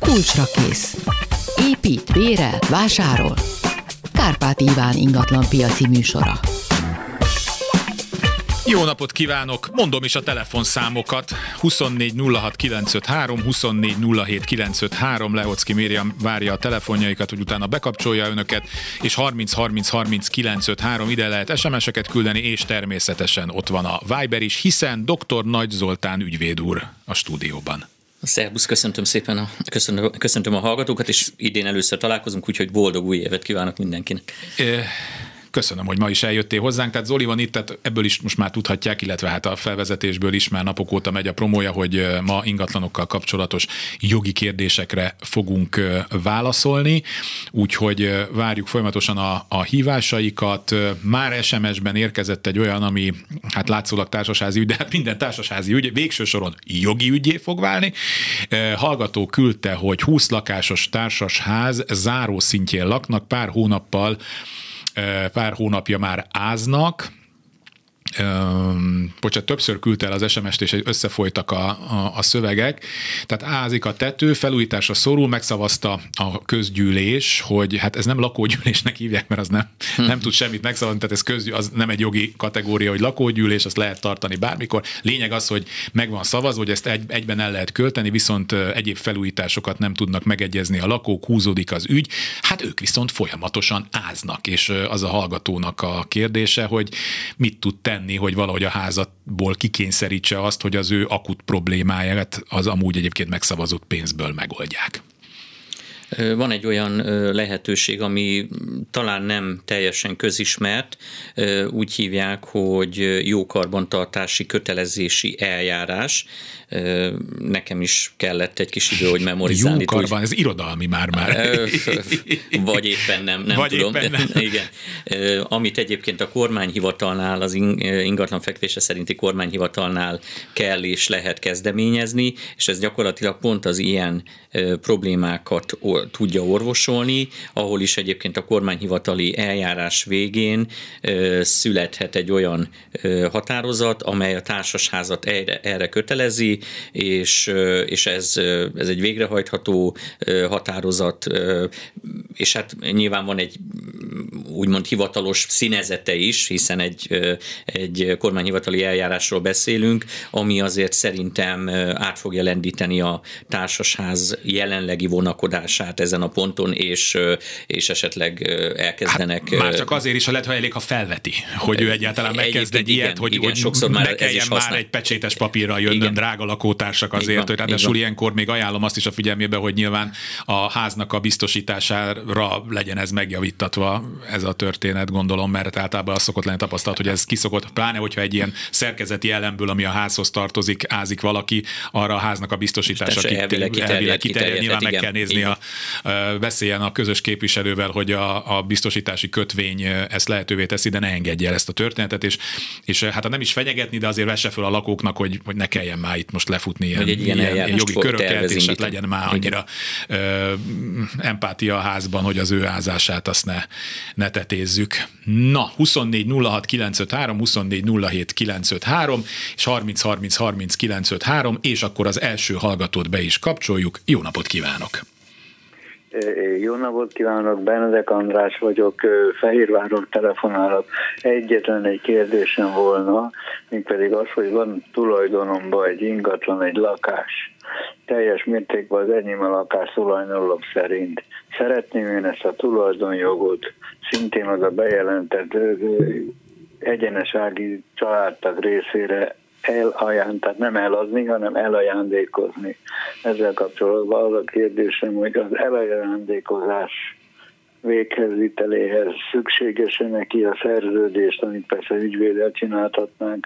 kulcsra kész. Épít, bérel, vásárol. Kárpát Iván ingatlan piaci műsora. Jó napot kívánok! Mondom is a telefonszámokat. 24 06 953, 24 07 953, Lehocki Miriam várja a telefonjaikat, hogy utána bekapcsolja önöket, és 30 30 30 953, ide lehet SMS-eket küldeni, és természetesen ott van a Viber is, hiszen dr. Nagy Zoltán ügyvéd úr a stúdióban. Szerbusz, köszöntöm a hallgatókat, és idén először találkozunk, úgyhogy boldog új évet kívánok mindenkinek. Köszönöm, hogy ma is eljöttél hozzánk. Tehát Zoli van itt, tehát ebből is most már tudhatják, illetve hát a felvezetésből is már napok óta megy a promója, hogy ma ingatlanokkal kapcsolatos jogi kérdésekre fogunk válaszolni, úgyhogy várjuk folyamatosan a hívásaikat. Már SMS-ben érkezett egy olyan, ami hát látszólag társasházi ügy, de hát minden társasházi ügy végső soron jogi ügyé fog válni. Hallgató küldte, hogy 20 lakásos társasház záró szintjén laknak, pár hónapja már áznak. Többször küldte el az SMS-t, és összefolytak a szövegek. Tehát ázik a tető, felújításra szorul, megszavazta a közgyűlés, hogy hát ez nem lakógyűlésnek hívják, mert az nem tud semmit megszavazni, tehát ez az nem egy jogi kategória, hogy lakógyűlés, azt lehet tartani bármikor. Lényeg az, hogy meg van szavazva, hogy ezt egyben el lehet költeni, viszont egyéb felújításokat nem tudnak megegyezni a lakók, húzódik az ügy. Hát ők viszont folyamatosan áznak, és az a hallgatónak a kérdése, hogy mit tud tenni, hogy valahogy a házatból kikényszerítse azt, hogy az ő akut problémáját az amúgy egyébként megszavazott pénzből megoldják. Van egy olyan lehetőség, ami talán nem teljesen közismert, úgy hívják, hogy jókarbantartási kötelezési eljárás. Nekem is kellett egy kis idő, hogy memorizálni. Jókarban, ez irodalmi már. Vagy éppen nem vagy tudom. Éppen nem. Igen. Amit egyébként a kormányhivatalnál, az ingatlan fekvése szerinti kormányhivatalnál kell és lehet kezdeményezni, és ez gyakorlatilag pont az ilyen problémákat tudja orvosolni, ahol is egyébként a kormányhivatali eljárás végén születhet egy olyan határozat, amely a társasházat erre kötelezi, és ez egy végrehajtható határozat, és hát nyilván van egy úgymond hivatalos színezete is, hiszen egy kormányhivatali eljárásról beszélünk, ami azért szerintem át fogja lendíteni a társasház jelenlegi vonakodását ezen a ponton, és esetleg elkezdenek... Hát már csak azért is, ha elég, ha felveti, hogy ő egyáltalán megkezd egy ilyet, hogy sokszor már ne kelljen már egy pecsétes papírral jönnöm, drága lakótársak azért, hogy ráadásul ilyenkor még ajánlom azt is a figyelmébe, hogy nyilván a háznak a biztosítására legyen ez megjavítatva, ez a történet, gondolom, mert általában az szokott lenni tapasztalat, hogy ez kiszokott, pláne hogyha egy ilyen szerkezeti elemből, ami a házhoz tartozik, ázik valaki, arra a háznak a biztosítása elvileg kiterjed. Nyilván meg kell nézni, beszéljen a közös képviselővel, hogy a biztosítási kötvény ezt lehetővé teszi, de ne engedje el ezt a történetet, és hát nem is fenyegetni, de azért vesse fel a lakóknak, hogy ne kelljen már itt most lefutni ilyen jogi köröket, és hát legyen már annyira empátia a házban, hogy az ő ázását azt ne tetézzük. Na, 24 06 953, 24 07 953, és 30 30 30 953, és akkor az első hallgatót be is kapcsoljuk. Jó napot kívánok! Jó napot kívánok, Benedek András vagyok, Fehérváron telefonálok. Egyetlen egy kérdésem volna, mégpedig az, hogy van tulajdonomban egy ingatlan, egy lakás. Teljes mértékben az enyém a lakás tulajdonlók szerint. Szeretném én ezt a tulajdonjogot szintén az a bejelentett egyenesági családtag részére tehát nem elazni, hanem elajándékozni. Ezzel kapcsolatban az a kérdésem, hogy az elajándékozás véghezviteléhez szükséges neki a szerződést, amit persze ügyvéddel csináltatnánk,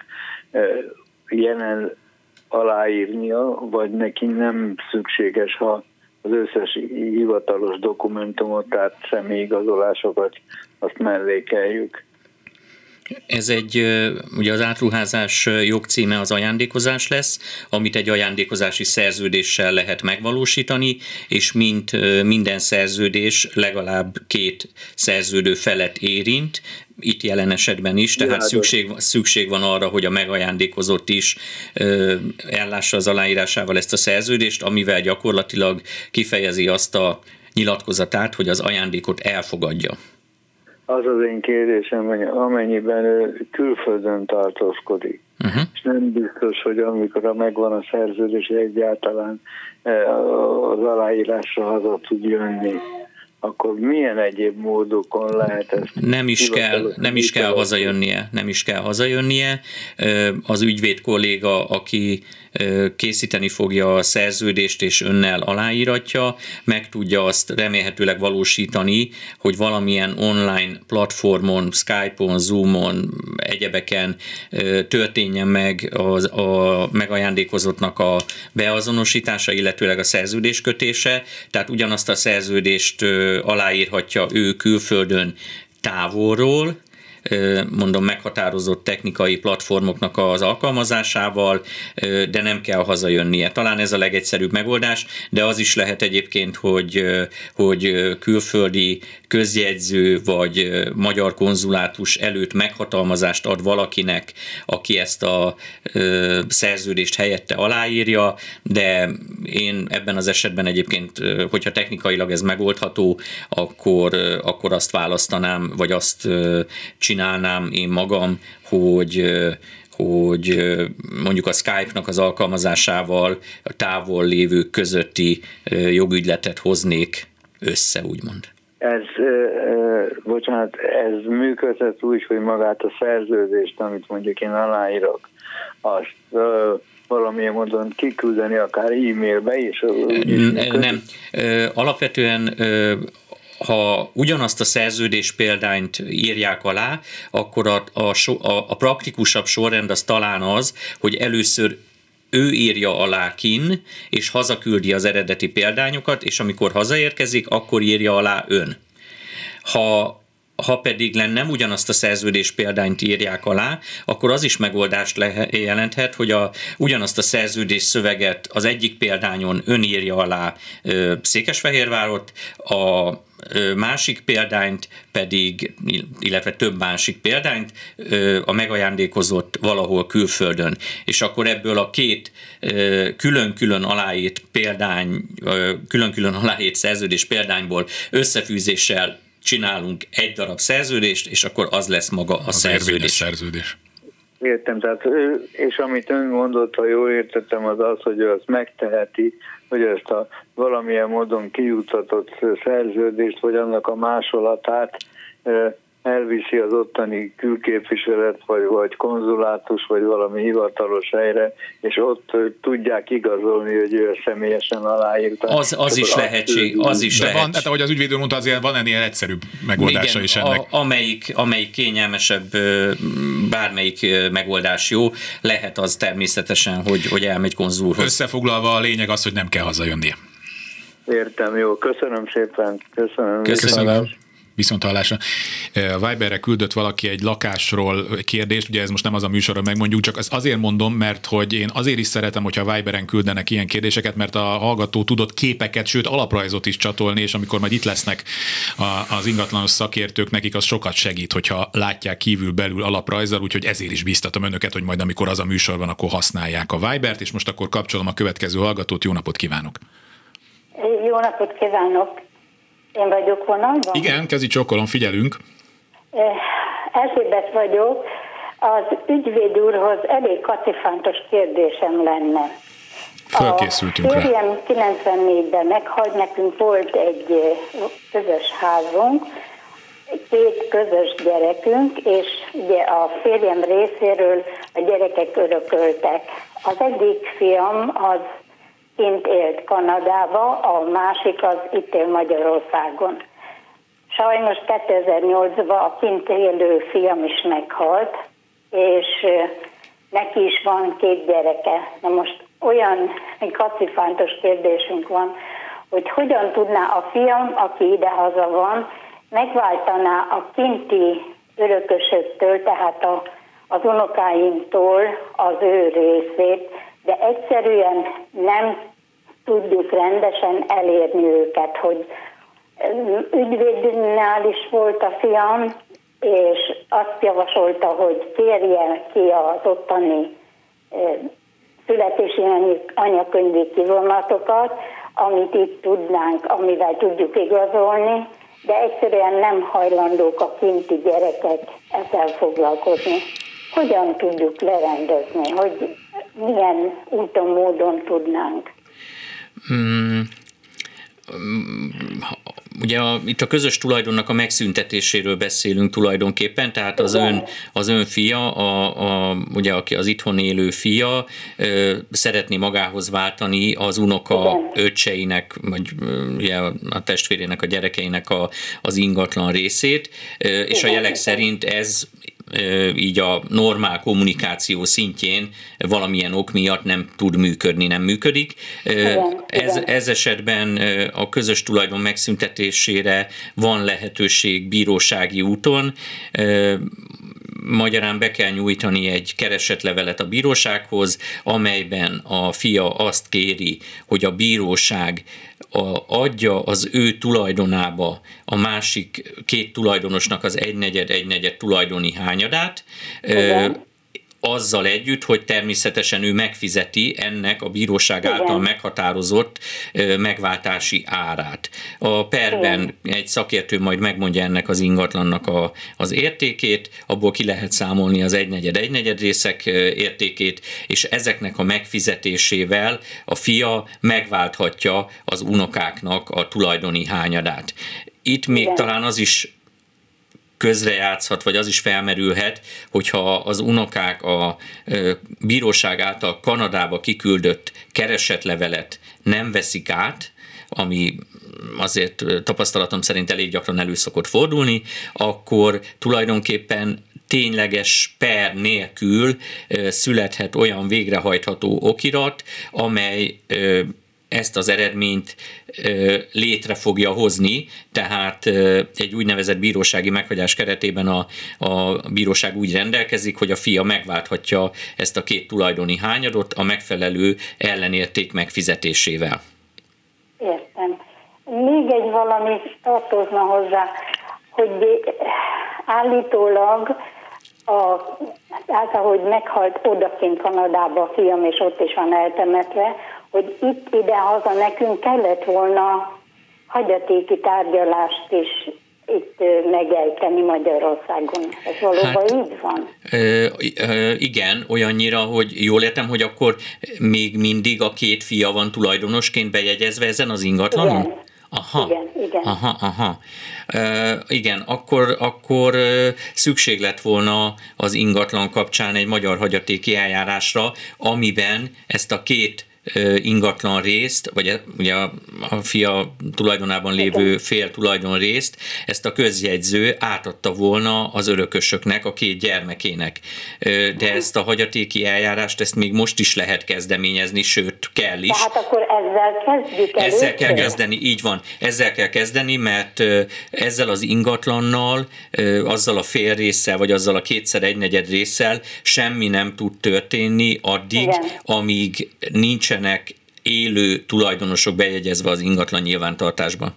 jelen aláírnia, vagy neki nem szükséges, ha az összes hivatalos dokumentumot, tehát személyigazolásokat azt mellékeljük. Ez ugye az átruházás jogcíme az ajándékozás lesz, amit egy ajándékozási szerződéssel lehet megvalósítani, és minden szerződés legalább 2 szerződő felet érint, itt jelen esetben is, tehát szükség van arra, hogy a megajándékozott is ellássa az aláírásával ezt a szerződést, amivel gyakorlatilag kifejezi azt a nyilatkozatát, hogy az ajándékot elfogadja. Az az én kérdésem, hogy amennyiben ő külföldön tartózkodik, és nem biztos, hogy amikor megvan a szerződés, egyáltalán az aláírásra haza tud jönni, akkor milyen egyéb módokon lehet ezt? Nem is kell hazajönnie. Az ügyvéd kolléga, aki készíteni fogja a szerződést és önnel aláíratja, meg tudja azt remélhetőleg valósítani, hogy valamilyen online platformon, Skype-on, Zoom-on, egyebeken történjen meg a megajándékozottnak a beazonosítása, illetőleg a szerződéskötése, tehát ugyanazt a szerződést aláírhatja ő külföldön távolról, mondom, meghatározott technikai platformoknak az alkalmazásával, de nem kell hazajönnie. Talán ez a legegyszerűbb megoldás, de az is lehet egyébként, hogy külföldi közjegyző vagy magyar konzulátus előtt meghatalmazást ad valakinek, aki ezt a szerződést helyette aláírja, de én ebben az esetben egyébként, hogyha technikailag ez megoldható, akkor azt választanám, vagy azt csinálnám én magam, hogy mondjuk a Skype-nak az alkalmazásával a távol lévők közötti jogügyletet hoznék össze, úgymond. Ez működhet úgy, hogy magát a szerződést, amit mondjuk én aláírok, azt valamilyen módon kiküldeni akár e-mailbe is? Nem. Alapvetően ha ugyanazt a szerződés példányt írják alá, akkor a praktikusabb sorrend az talán az, hogy először ő írja alá kin, és hazaküldi az eredeti példányokat, és amikor hazaérkezik, akkor írja alá ön. Ha pedig nem ugyanazt a szerződés példányt írják alá, akkor az is megoldást jelenthet, hogy ugyanazt a szerződés szöveget az egyik példányon ön írja alá Székesfehérvárot, a másik példányt pedig, illetve több másik példányt a megajándékozott valahol külföldön. És akkor ebből a 2 külön-külön aláírt külön-külön aláírt szerződés példányból összefűzéssel csinálunk egy darab szerződést, és akkor az lesz maga a szerződés. Értem, tehát és amit ön mondott, ha jól értettem, az az, hogy ő azt megteheti, hogy ezt a valamilyen módon kijuttatott szerződést, vagy annak a másolatát elviszi az ottani külképviselet, vagy konzulátus, vagy valami hivatalos helyre, és ott tudják igazolni, hogy ő személyesen aláírta. Az is lehetség. Van, tehát ahogy az ügyvéd mondta, azért van ennél egyszerűbb megoldása is ennek. Amelyik kényelmesebb, bármelyik megoldás jó, lehet az természetesen, hogy elmegy konzulhoz. Összefoglalva a lényeg az, hogy nem kell hazajönnie. Értem, jó. Köszönöm szépen. Köszönöm. Viszonthallásra. Viberre küldött valaki egy lakásról kérdést, ugye ez most nem az a műsorra megmondjuk, csak azért mondom, mert hogy én azért is szeretem, hogyha Viberen küldenek ilyen kérdéseket, mert a hallgató tudott képeket, sőt alaprajzot is csatolni, és amikor majd itt lesznek az ingatlanos szakértők, nekik az sokat segít, hogyha látják kívül-belül alaprajzzal, úgyhogy ezért is bíztatom önöket, hogy majd amikor az a műsor van, akkor használják a Vibert, és most akkor kapcsolom a következő hallgatót. Jó napot kívánok! Jó napot kívánok! Én vagyok vonalban? Igen, kezi csókolom, figyelünk. Erzsébet vagyok. Az ügyvéd úrhoz elég kacifántos kérdésem lenne. Fölkészültünk rá. A férjem 94-ben meghalt, nekünk volt egy közös házunk, 2 közös gyerekünk, és ugye a férjem részéről a gyerekek örököltek. Az egyik fiam az kint élt Kanadába, a másik az itt él Magyarországon. Sajnos 2008-ban a kint élő fiam is meghalt, és neki is van 2 gyereke. Na most olyan kacifántos kérdésünk van, hogy hogyan tudná a fiam, aki idehaza van, megváltaná a kinti örökösöktől, tehát az unokáinktól az ő részét, de egyszerűen nem tudjuk rendesen elérni őket, hogy ügyvédnál is volt a fiam, és azt javasolta, hogy kérje ki az ottani születési anyakönyvi kivonatokat, amit itt tudnánk, amivel tudjuk igazolni, de egyszerűen nem hajlandók a kinti gyerekek ezzel foglalkozni. Hogyan tudjuk lerendezni, hogy milyen úton, módon tudnánk? Ugye itt a közös tulajdonnak a megszüntetéséről beszélünk tulajdonképpen, tehát az ön fia, ugye aki az itthon élő fia, szeretné magához váltani az unoka öccseinek, vagy ugye a testvérének, a gyerekeinek az ingatlan részét, és a jelek szerint ez így a normál kommunikáció szintjén valamilyen ok miatt nem tud működni, nem működik. Ez esetben a közös tulajdon megszüntetésére van lehetőség bírósági úton. Magyarán be kell nyújtani egy keresetlevelet a bírósághoz, amelyben a fia azt kéri, hogy a bíróság adja az ő tulajdonába a másik két tulajdonosnak az egynegyed tulajdoni hányadát, azzal együtt, hogy természetesen ő megfizeti ennek a bíróság által meghatározott megváltási árát. A perben egy szakértő majd megmondja ennek az ingatlannak az értékét, abból ki lehet számolni az egynegyed részek értékét, és ezeknek a megfizetésével a fia megválthatja az unokáknak a tulajdoni hányadát. Itt még talán az is közrejátszhat, vagy az is felmerülhet, hogyha az unokák a bíróság által Kanadába kiküldött keresetlevelet nem veszik át, ami azért tapasztalatom szerint elég gyakran elő szokott fordulni, akkor tulajdonképpen tényleges per nélkül születhet olyan végrehajtható okirat, amely ezt az eredményt létre fogja hozni, tehát egy úgynevezett bírósági meghagyás keretében a bíróság úgy rendelkezik, hogy a fia megválthatja ezt a két tulajdoni hányadot a megfelelő ellenérték megfizetésével. Értem. Még egy valami tartozna hozzá, hogy állítólag ahogy meghalt odakint Kanadába a fiam, és ott is van eltemetve, hogy itt ide-haza nekünk kellett volna hagyatéki tárgyalást is itt megejteni Magyarországon. Ez valóban így van? Igen, olyannyira, hogy jól értem, hogy akkor még mindig a két fia van tulajdonosként bejegyezve ezen az ingatlanon? Igen. Aha. Igen. Aha. Igen, akkor szükség lett volna az ingatlan kapcsán egy magyar hagyatéki eljárásra, amiben ezt a két ingatlan részt, vagy ugye a fia tulajdonában lévő fél tulajdon részt, ezt a közjegyző átadta volna az örökösöknek, a két gyermekének. De ezt a hagyatéki eljárást, ezt még most is lehet kezdeményezni, sőt, kell is. Tehát akkor ezzel kezdjük el. Ezzel kell kezdeni, így van. Ezzel kell kezdeni, mert ezzel az ingatlannal, azzal a fél résszel, vagy azzal a kétszer egynegyed résszel semmi nem tud történni addig, amíg nincsenek élő tulajdonosok bejegyezve az ingatlan nyilvántartásban.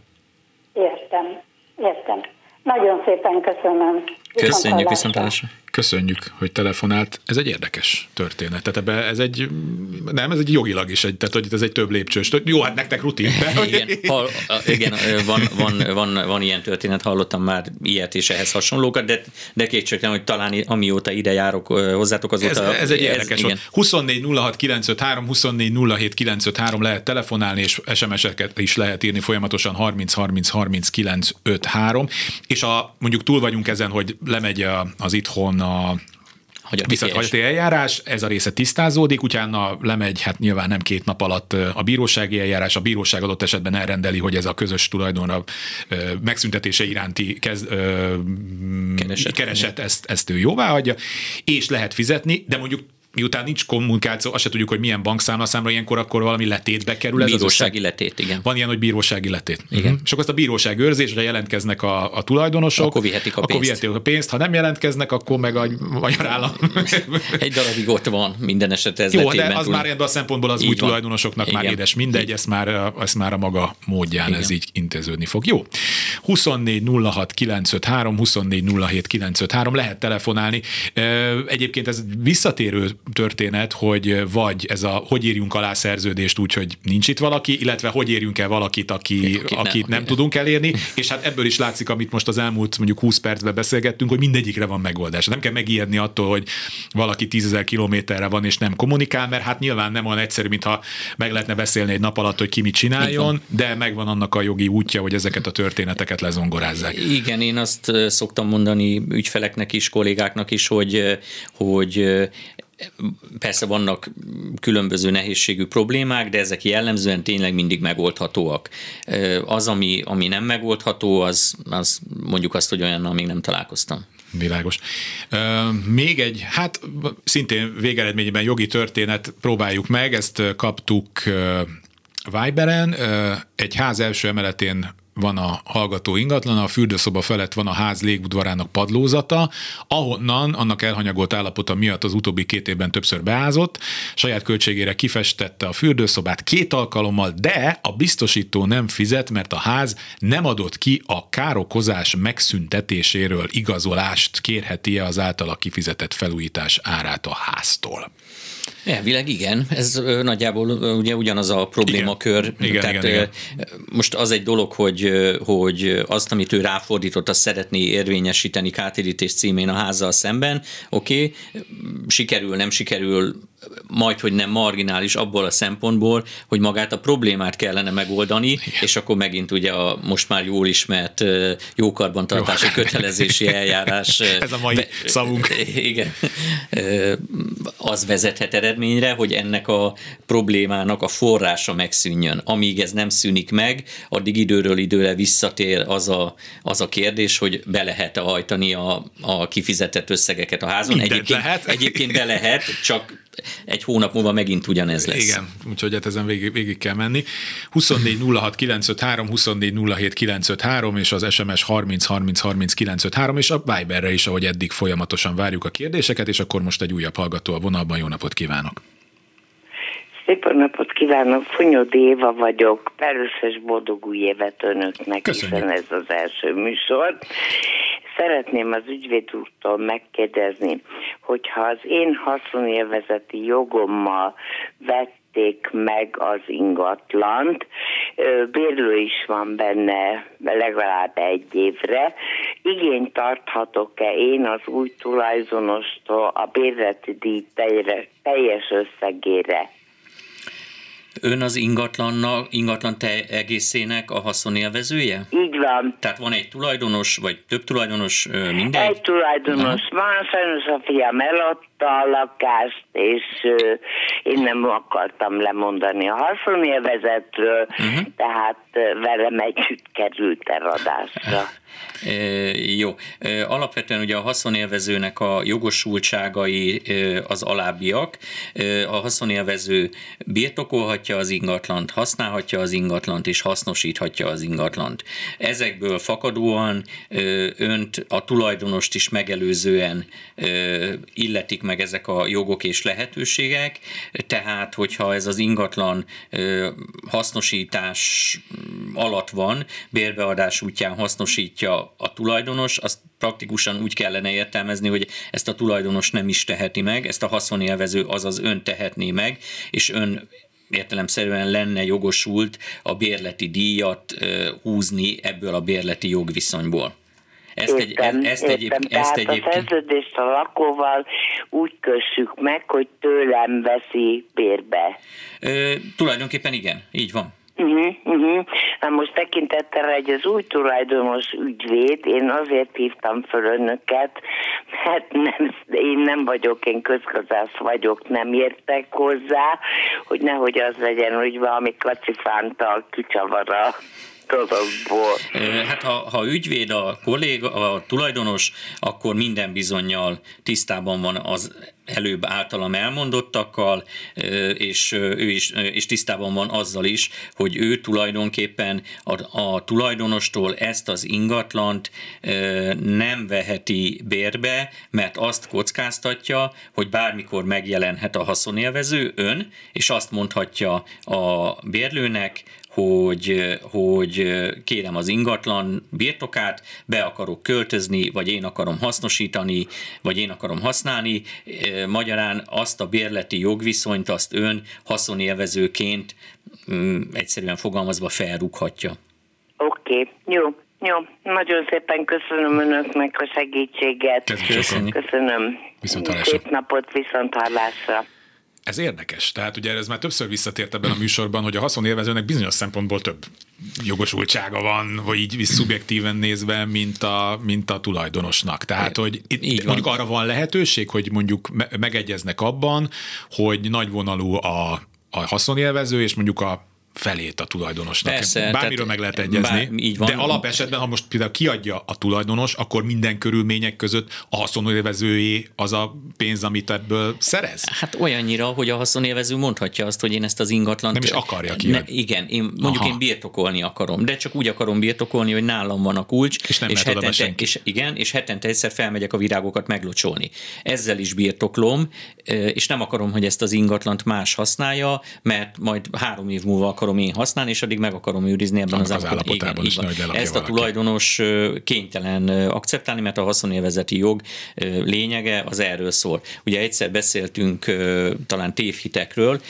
Értem. Nagyon szépen köszönöm. Köszönjük, viszontlátásra. Köszönjük, hogy telefonált. Ez egy érdekes történet. Tehát ebbe ez egy jogilag is, tehát hogy ez egy több lépcsős. Jó, hát nektek rutin. Igen, van ilyen történet, hallottam már ilyet és ehhez hasonlókat, de kétségtelen, hogy talán amióta ide járok hozzátok azóta... Ez egy érdekes. 24 06 953, 24 07 953 lehet telefonálni, és SMS-eket is lehet írni folyamatosan 30 30 30 953, és mondjuk túl vagyunk ezen, hogy lemegy az itthon a visszahagyati eljárás, ez a része tisztázódik, utána lemegy, hát nyilván nem 2 nap alatt a bírósági eljárás, a bíróság adott esetben elrendeli, hogy ez a közös tulajdonra megszüntetése iránti kereset ezt ő jóvá hagyja, és lehet fizetni, de mondjuk miután nincs kommunikáció, azt se tudjuk, hogy milyen bankszámlaszámra, ilyenkor akkor valami letétbe kerül. Bírósági letét, igen. Van ilyen, hogy bírósági letét. Igen. És akkor azt a bíróság őrzésre jelentkeznek a tulajdonosok. Akkor vihetik a pénzt. Ha nem jelentkeznek, akkor meg a magyar állam. Egy darabig ott van minden esetre. Ez jó, de az már ebben a szempontból az új tulajdonosoknak igen. már édes mindegy, ezt már a maga módján igen. Ez így intéződni fog. Jó. 24 06 953, 24 07 953, lehet telefonálni. Egyébként ez visszatérő történet, hogy vagy ez hogy írjunk alá szerződést úgy, hogy nincs itt valaki, illetve hogy érjünk el valakit, akit nem tudunk elérni, és hát ebből is látszik, amit most az elmúlt mondjuk 20 percben beszélgettünk, hogy mindegyikre van megoldás. Nem kell megijedni attól, hogy valaki 10 000 kilométerre van és nem kommunikál, mert hát nyilván nem olyan egyszerű, mintha meg lehetne beszélni egy nap alatt, hogy ki mit csináljon, de megvan annak a jogi útja, hogy ezeket a történeteket lezongorázzák. Igen, én azt szoktam mondani ügyfeleknek is, kollégáknak is, hogy persze vannak különböző nehézségű problémák, de ezek jellemzően tényleg mindig megoldhatóak. Az, ami nem megoldható, az mondjuk azt, hogy olyannal még nem találkoztam. Világos. Még egy, hát szintén végeredményben jogi történet próbáljuk meg, ezt kaptuk Viberen, egy ház első emeletén van a hallgató ingatlan, a fürdőszoba felett van a ház légudvarának padlózata, ahonnan annak elhanyagolt állapota miatt az utóbbi 2 évben többször beázott, saját költségére kifestette a fürdőszobát 2 alkalommal, de a biztosító nem fizet, mert a ház nem adott ki a károkozás megszüntetéséről igazolást, kérheti-e az általa kifizetett felújítás árát a háztól. Elvileg igen, ez nagyjából ugye ugyanaz a problémakör. Igen. Most az egy dolog, hogy azt, amit ő ráfordított, azt szeretné érvényesíteni kártérítés címén a házzal szemben, oké, sikerül, nem sikerül, majdhogy nem marginális abból a szempontból, hogy magát a problémát kellene megoldani, és akkor megint ugye a most már jól ismert jókarbantartási kötelezési eljárás. Ez a mai szavunk. Igen. Az vezethet eredményre, hogy ennek a problémának a forrása megszűnjön. Amíg ez nem szűnik meg, addig időről időre visszatér az a kérdés, hogy be lehet-e hajtani a kifizetett összegeket a házon. Egyébként be lehet, csak egy hónap múlva megint ugyanez lesz. Igen, úgyhogy hát ezen végig kell menni. 24 06 953, 24 07 953, és az SMS 30 30 30 953, és a Viberre is, ahogy eddig folyamatosan várjuk a kérdéseket, és akkor most egy újabb hallgató a vonalban. Jó napot kívánok! Szép napot kívánok, Funyódi Éva vagyok. Először is boldog új évet önöknek, köszönjük. Hiszen ez az első műsor. Szeretném az ügyvéd úrtól megkérdezni, hogyha az én haszonélvezeti jogommal vették meg az ingatlant, bérlő is van benne legalább 1 évre, igényt tarthatok-e én az új tulajdonostól a bérleti díj teljes összegére? Ön az ingatlan egészének a haszonélvezője? Így van. Tehát van egy tulajdonos, vagy több tulajdonos, mindegy? Egy tulajdonos van, sajnos a fiam eladta a lakást, és én nem akartam lemondani a haszonélvezetről, tehát velem együtt került eladásra. Jó. Alapvetően ugye a haszonélvezőnek a jogosultságai az alábbiak. A haszonélvező birtokolhatja az ingatlant, használhatja az ingatlant és hasznosíthatja az ingatlant. Ezekből fakadóan önt, a tulajdonost is megelőzően illetik meg ezek a jogok és lehetőségek, tehát hogyha ez az ingatlan hasznosítás alatt van, bérbeadás útján hasznosítja a tulajdonos, azt praktikusan úgy kellene értelmezni, hogy ezt a tulajdonos nem is teheti meg, ezt a haszonélvező, azaz ön tehetné meg, és ön értelemszerűen lenne jogosult a bérleti díjat húzni ebből a bérleti jogviszonyból. Értem. Tehát a szerződést a lakóval úgy kössük meg, hogy tőlem veszi bérbe. Tulajdonképpen igen, így van. Na most tekintettel, hogy az új tulajdonos ügyvéd, én azért hívtam föl önöket, mert én nem vagyok, én közgazdász vagyok, nem értek hozzá, hogy nehogy az legyen, hogy valami kacifántal kicsavar a tapasztalatból. Hát ha ügyvéd a tulajdonos, akkor minden bizonnyal tisztában van az előbb általam elmondottakkal, és ő is tisztában van azzal is, hogy ő tulajdonképpen a tulajdonostól ezt az ingatlant nem veheti bérbe, mert azt kockáztatja, hogy bármikor megjelenhet a haszonélvező, ön, és azt mondhatja a bérlőnek, hogy kérem az ingatlan birtokát, be akarok költözni, vagy én akarom hasznosítani, vagy én akarom használni. Magyarán azt a bérleti jogviszonyt, azt ön haszonélvezőként egyszerűen fogalmazva felrúghatja. Oké, jó. Nagyon szépen köszönöm önöknek a segítséget. Köszönöm. Szép napot, viszonthallásra. Ez érdekes. Tehát ugye ez már többször visszatért ebben a műsorban, hogy a haszonélvezőnek bizonyos szempontból több jogosultsága van, hogy így szubjektíven nézve, mint a tulajdonosnak. Tehát, hogy itt mondjuk arra van lehetőség, hogy mondjuk megegyeznek abban, hogy nagyvonalú a haszonélvező, és mondjuk a felét a tulajdonosnak. Persze, bármiről meg lehet egyezni, de alapesetben, ha most például kiadja a tulajdonos, akkor minden körülmények között a haszonélvezőjé az a pénz, amit ebből szerez? Hát olyannyira, hogy a haszonélvező mondhatja azt, hogy én ezt az ingatlant... Nem is akarja kiadni. Igen, én birtokolni akarom, de csak úgy akarom birtokolni, hogy nálam van a kulcs, és nem mehet oda senki. És hetente egyszer felmegyek a virágokat meglocsolni. Ezzel is birtoklom, és nem akarom, hogy ezt az ingatlant más használja, mert majd 3 év múlva akarom én használni, és addig meg akarom őrizni ebben az állapotában is. Ezt a tulajdonos kénytelen akceptálni, mert a haszonélvezeti jog lényege az erről szól. Ugye egyszer beszéltünk talán tévhitekről,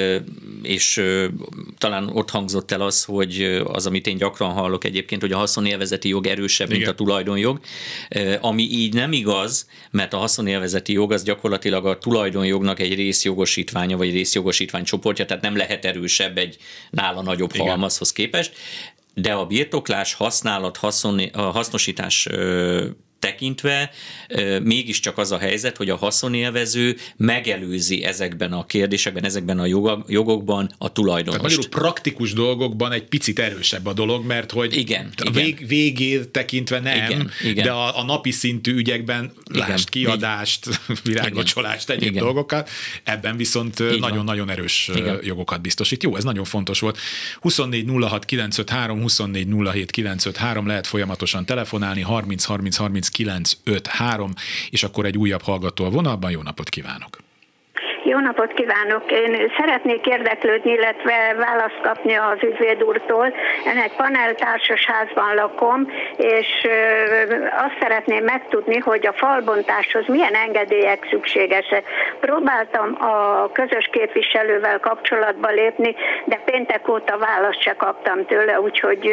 és talán ott hangzott el az, hogy az, amit én gyakran hallok egyébként, hogy a haszonélvezeti jog erősebb, mint a tulajdonjog, ami így nem igaz, mert a haszonélvezeti jog az gyakorlatilag a tulajdonjognak egy részjogosítványa, vagy részjogosítvány csoportja, tehát nem lehet erősebb egy nála nagyobb halmazhoz képest, de a birtoklás, használat, hasznosítás tekintve mégiscsak az a helyzet, hogy a haszonélvező megelőzi ezekben a kérdésekben, ezekben a jogokban a tulajdonost. Tehát magyarul praktikus dolgokban egy picit erősebb a dolog, mert hogy igen. Végét tekintve nem, igen. de a napi szintű ügyekben lásd kiadást, viráglocsolást, egyéb dolgokat, ebben viszont nagyon-nagyon erős jogokat biztosít. Jó, ez nagyon fontos volt. 24 06 953, 24 07 953, lehet folyamatosan telefonálni, 30 30 30 953, és akkor egy újabb hallgató a vonalban. Jó napot kívánok! Jó napot kívánok! Én szeretnék érdeklődni, illetve választ kapni az ügyvéd úrtól. Én egy paneltársas házban lakom, és azt szeretném megtudni, hogy a falbontáshoz milyen engedélyek szükségesek. Próbáltam a közös képviselővel kapcsolatba lépni, de péntek óta választ se kaptam tőle, úgyhogy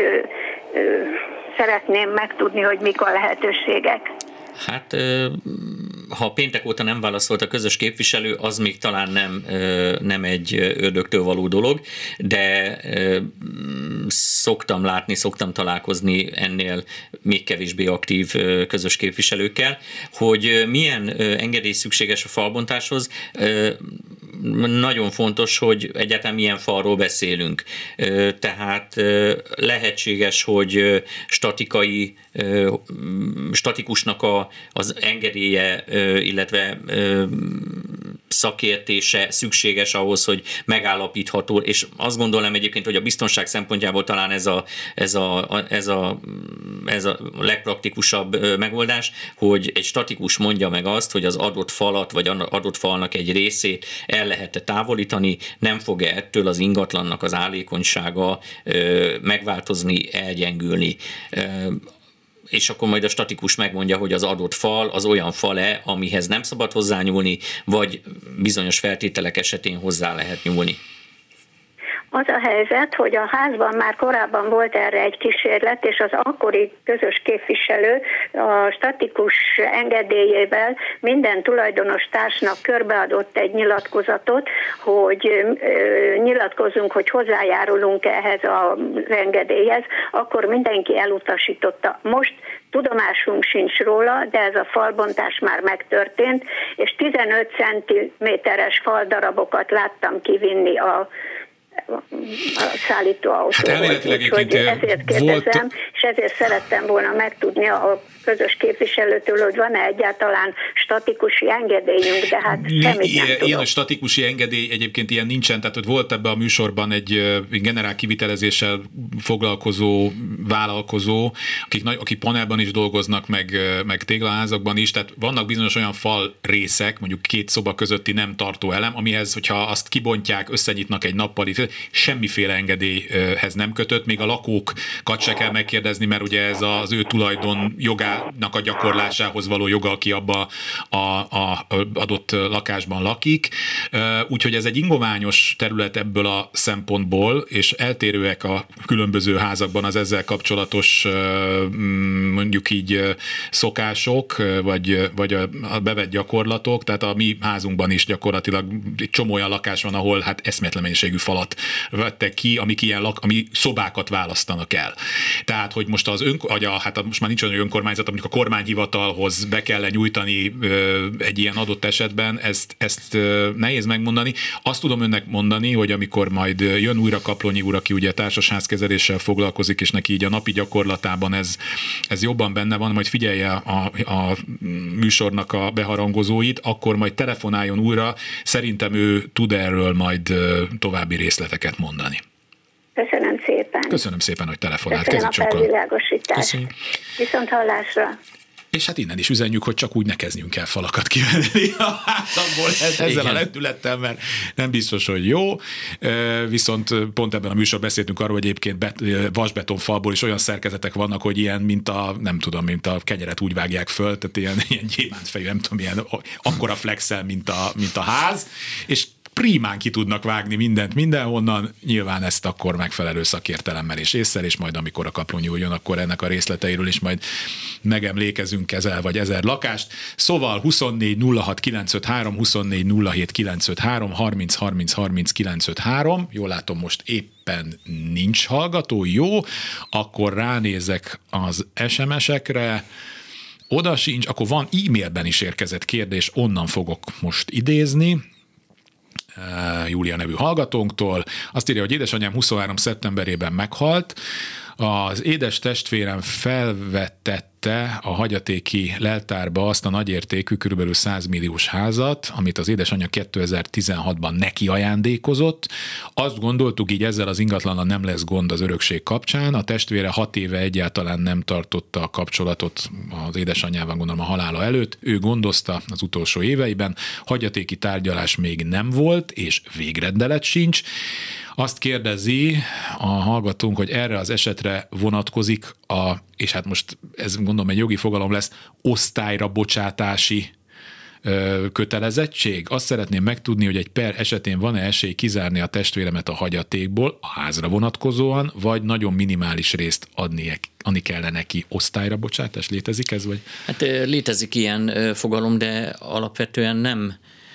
szeretném megtudni, hogy mik a lehetőségek. Hát, ha péntek óta nem válaszolt a közös képviselő, az még talán nem egy ördögtől való dolog, de szoktam látni, szoktam találkozni ennél még kevésbé aktív közös képviselőkkel, hogy milyen engedély szükséges a falbontáshoz. Nagyon fontos, hogy egyáltalán milyen falról beszélünk. Tehát lehetséges, hogy statikusnak az engedélye, illetve szakértése szükséges ahhoz, hogy megállapítható, és azt gondolom egyébként, hogy a biztonság szempontjából talán ez a legpraktikusabb megoldás, hogy egy statikus mondja meg azt, hogy az adott falat, vagy adott falnak egy részét el lehet-e távolítani, nem fog-e ettől az ingatlannak az állékonysága megváltozni, elgyengülni. És akkor majd a statikus megmondja, hogy az adott fal az olyan fal-e, amihez nem szabad hozzányúlni, vagy bizonyos feltételek esetén hozzá lehet nyúlni. Az a helyzet, hogy a házban már korábban volt erre egy kísérlet, és az akkori közös képviselő a statikus engedélyével minden tulajdonos társnak körbeadott egy nyilatkozatot, hogy nyilatkozunk, hogy hozzájárulunk ehhez az engedélyhez, akkor mindenki elutasította. Most tudomásunk sincs róla, de ez a falbontás már megtörtént, és 15 cm-es faldarabokat láttam kivinni a szállítóautó. Hát elméletileg volt. Ezért kérdezem, és ezért szerettem volna megtudni a közös képviselőtől, hogy van-e egyáltalán statikusi engedélyünk, de hát semmit nem tudok. Ilyen statikusi engedély egyébként ilyen nincsen, tehát volt ebben a műsorban egy generál kivitelezéssel foglalkozó vállalkozó, akik panelban is dolgoznak, meg téglaházakban is, tehát vannak bizonyos olyan fal részek, mondjuk 2 szoba közötti nem tartó elem, amihez, hogyha azt kibontják, összenyitnak egy nappali, semmiféle engedélyhez nem kötött, még a lakókat se kell megkérdezni, mert ugye ez az ő tulajdon jogának a gyakorlásához való joga, aki abba a adott lakásban lakik. Úgyhogy ez egy ingoványos terület ebből a szempontból, és eltérőek a különböző házakban az ezzel kapcsolatos mondjuk így szokások, vagy a bevett gyakorlatok, tehát a mi házunkban is gyakorlatilag egy csomó olyan lakás van, ahol hát eszméletlen mennyiségű falat vettek ki, ami szobákat választanak el. Tehát, hogy most most már nincs olyan önkormányzat, mondjuk a kormányhivatalhoz be kell nyújtani egy ilyen adott esetben, ezt nehéz megmondani. Azt tudom önnek mondani, hogy amikor majd jön újra Kaplonyi úr, aki ugye társasházkezeléssel foglalkozik, és neki így a napi gyakorlatában ez jobban benne van, majd figyelje a műsornak a beharangozóit, akkor majd telefonáljon újra, szerintem ő tud erről majd további részleteket mondani. Köszönöm szépen. Köszönöm szépen, hogy telefonált. Köszönöm a felvilágosítást. Viszont hallásra. És hát innen is üzenjük, hogy csak úgy ne kezdjünk kell falakat kivenni a házamból ezzel a lendülettel, mert nem biztos, hogy jó. Viszont pont ebben a műsorban beszéltünk arról, hogy egyébként vasbetonfalból is olyan szerkezetek vannak, hogy ilyen, mint a kenyeret úgy vágják föl, tehát ilyen gyémántfejű, nem tudom, ilyen akkora flexel, mint a ház, és prímán ki tudnak vágni mindent mindenhonnan, nyilván ezt akkor megfelelő szakértelemmel és ésszel, és majd amikor a Kaplonyi úr jön, akkor ennek a részleteiről is majd megemlékezünk 1000 vagy 1000 lakást. Szóval 24 06 953, 24 07 953, 30 30 30 953, jól látom, most éppen nincs hallgató, jó, akkor ránézek az SMS-ekre, oda sincs, akkor van e-mailben is érkezett kérdés, onnan fogok most idézni, Júlia nevű hallgatónktól. Azt írja, hogy édesanyám 23. szeptemberében meghalt. Az édes testvérem felvetette a hagyatéki leltárba azt a nagyértékű, kb. 100 milliós házat, amit az édesanyja 2016-ban neki ajándékozott. Azt gondoltuk, így ezzel az ingatlannal nem lesz gond az örökség kapcsán. A testvére 6 éve egyáltalán nem tartotta a kapcsolatot az édesanyjával, gondolom a halála előtt. Ő gondozta az utolsó éveiben. Hagyatéki tárgyalás még nem volt, és végrendelet sincs. Azt kérdezi a hallgatónk, hogy erre az esetre vonatkozik és hát most ez gondolom egy jogi fogalom lesz, osztályra bocsátási kötelezettség. Azt szeretném megtudni, hogy egy per esetén van-e esély kizárni a testvéremet a hagyatékból a házra vonatkozóan, vagy nagyon minimális részt adni kellene neki. Osztályra bocsátás? Létezik ez? Vagy? Hát létezik ilyen fogalom, de alapvetően nem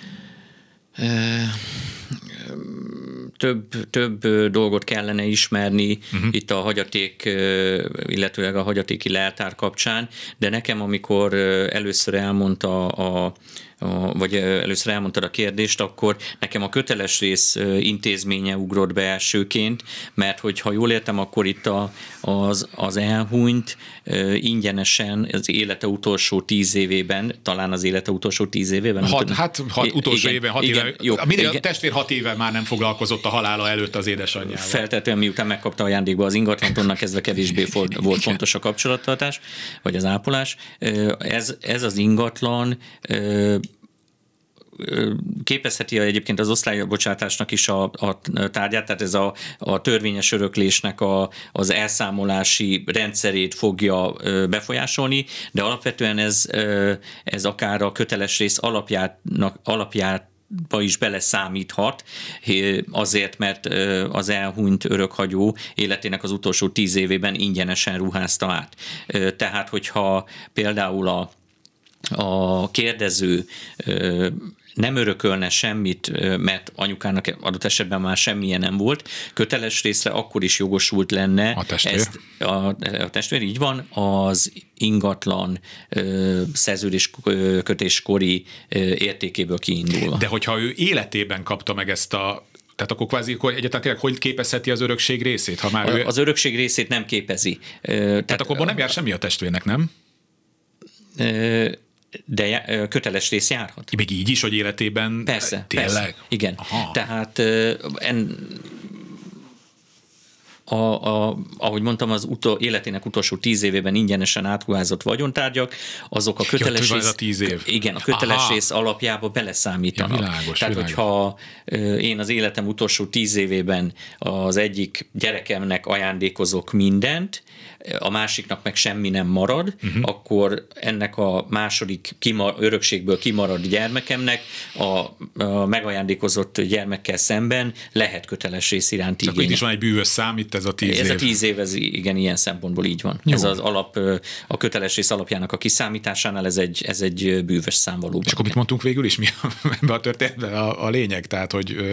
több dolgot kellene ismerni itt a hagyaték, illetőleg a hagyatéki leltár kapcsán, de nekem, amikor először elmondtad a kérdést, akkor nekem a köteles rész intézménye ugrott be elsőként, mert hogyha jól értem, akkor itt az elhunyt ingyenesen az élete utolsó 10 évében, talán az élete utolsó 10 évében. Utolsó évben, 6 éve. A testvér 6 éve már nem foglalkozott a halála előtt az édesanyjával. Feltetően miután megkapta ajándékba az ingatlant, onnan kezdve kevésbé volt fontos a kapcsolattartás, vagy az ápolás. Ez az ingatlan képezheti egyébként az osztálybocsátásnak is a tárgyát, tehát ez a törvényes öröklésnek az elszámolási rendszerét fogja befolyásolni, de alapvetően ez akár a köteles rész alapját is beleszámíthat, azért, mert az elhunyt örökhagyó életének az utolsó 10 évében ingyenesen ruházta át. Tehát, hogyha például a kérdező nem örökölne semmit, mert anyukának adott esetben már semmilyen nem volt, köteles részre akkor is jogosult lenne a testvér, így van, az ingatlan szerződéskötéskori értékéből kiindulva. De hogyha ő életében kapta meg ezt a Tehát akkor kvázi, akkor egyáltalán tényleg hogy képezheti az örökség részét? Ha már Az örökség részét nem képezi. Tehát akkor nem jár semmi a testvérnek, nem? De köteles rész járhat. Még így is, hogy életében Persze, tényleg? persze. Igen. Aha. Tehát ahogy mondtam, az életének utolsó 10 évében ingyenesen átruházott vagyontárgyak, azok a köteles rész, ez a 10 év. Igen, a köteles rész alapjába beleszámítanak. Ja, világos. Hogyha én az életem utolsó 10 évében az egyik gyerekemnek ajándékozok mindent, a másiknak meg semmi nem marad, akkor ennek a második örökségből kimaradt gyermekemnek a megajándékozott gyermekkel szemben lehet köteles rész iránti igény. Akkor itt is van egy bűvös szám, itt ez a 10 év. Ez a 10 év, igen, ilyen szempontból így van. Jó. Ez az alap, a köteles rész alapjának a kiszámításánál ez egy bűvös szám valóban. És akkor mit mondtunk végül is? Mi ebben a történetben a lényeg? Tehát,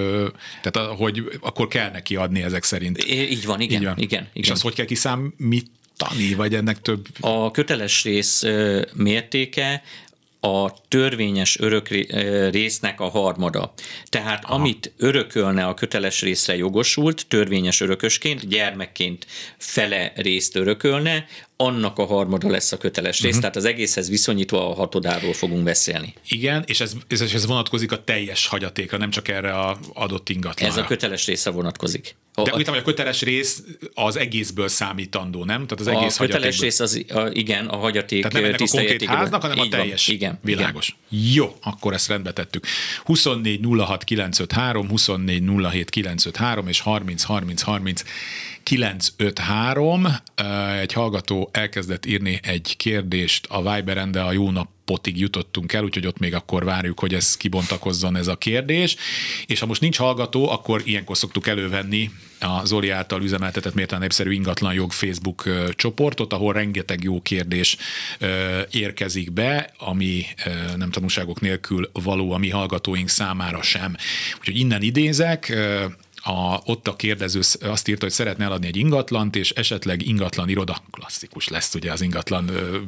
hogy akkor kell neki adni ezek szerint. Így van, igen. És azt hogy kell kiszámítani, vagy ennek több? A köteles rész mértéke a törvényes örök résznek a harmada. Tehát amit örökölne a köteles részre jogosult, törvényes örökösként, gyermekként fele részt örökölne, annak a harmada lesz a köteles rész, tehát az egészhez viszonyítva a hatodáról fogunk beszélni. Igen, és ez vonatkozik a teljes hagyatékra, nem csak erre az adott ingatlanra. Ez a köteles részre vonatkozik. De úgy tudom, hogy a köteles rész az egészből számítandó, nem? Tehát az egész a köteles rész igen, a hagyaték. Tehát nem ennek a konkrét háznak, hanem a teljes. Igen, világos. Igen. Jó, akkor ezt rendbe tettük. 24 06 953, 24 07 953 és 30 30 30 953. Egy hallgató elkezdett írni egy kérdést a Viberen, de a jó napotig jutottunk el, úgyhogy ott még akkor várjuk, hogy ez kibontakozzon ez a kérdés. És ha most nincs hallgató, akkor ilyenkor szoktuk elővenni a Zoli által üzemeltetett méltán népszerű ingatlanjog Facebook csoportot, ahol rengeteg jó kérdés érkezik be, ami nem tanúságok nélkül való a mi hallgatóink számára sem. Úgyhogy innen idézek, ott a kérdező azt írta, hogy szeretne eladni egy ingatlant, és esetleg ingatlan iroda, klasszikus lesz ugye az ingatlan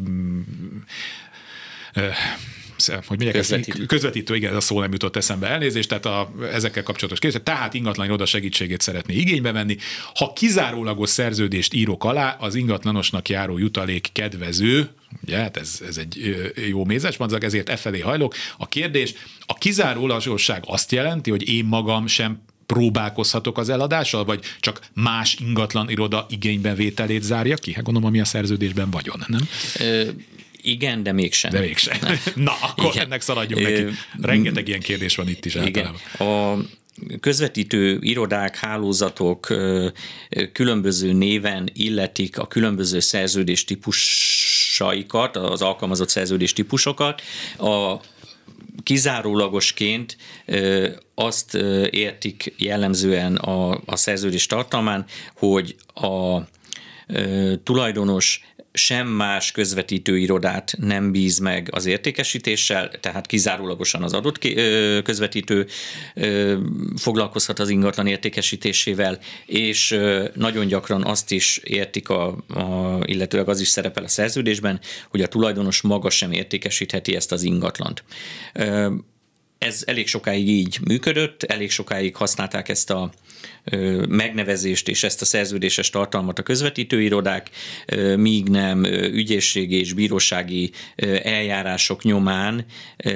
hogy mondják, közvetítő, igen, ez a szó nem jutott eszembe, elnézést, tehát ezekkel kapcsolatos kérdés, tehát ingatlan iroda segítségét szeretné igénybe venni. Ha kizárólagos szerződést írok alá, az ingatlanosnak járó jutalék kedvező, ugye, hát ez egy jó mézesmadzag, ezért efelé hajlok. A kérdés, a kizárólagosság azt jelenti, hogy én magam sem próbálkozhatok az eladással, vagy csak más ingatlan iroda igénybevételét zárja ki? Hát gondolom, ami a szerződésben vagyon, nem? Igen, de mégsem. De mégsem. Na, akkor igen. Ennek szaladjunk neki. Rengeteg ilyen kérdés van itt is általában. A közvetítő irodák, hálózatok különböző néven illetik a különböző szerződés típusaikat, az alkalmazott szerződés típusokat. A kizárólagosként azt értik jellemzően a szerződés tartalmán, hogy a tulajdonos sem más közvetítő irodát nem bíz meg az értékesítéssel, tehát kizárólagosan az adott közvetítő foglalkozhat az ingatlan értékesítésével, és nagyon gyakran azt is értik, illetőleg az is szerepel a szerződésben, hogy a tulajdonos maga sem értékesítheti ezt az ingatlant. Ez elég sokáig így működött, elég sokáig használták ezt a megnevezést és ezt a szerződéses tartalmat a közvetítőirodák, míg nem ügyészségi és bírósági eljárások nyomán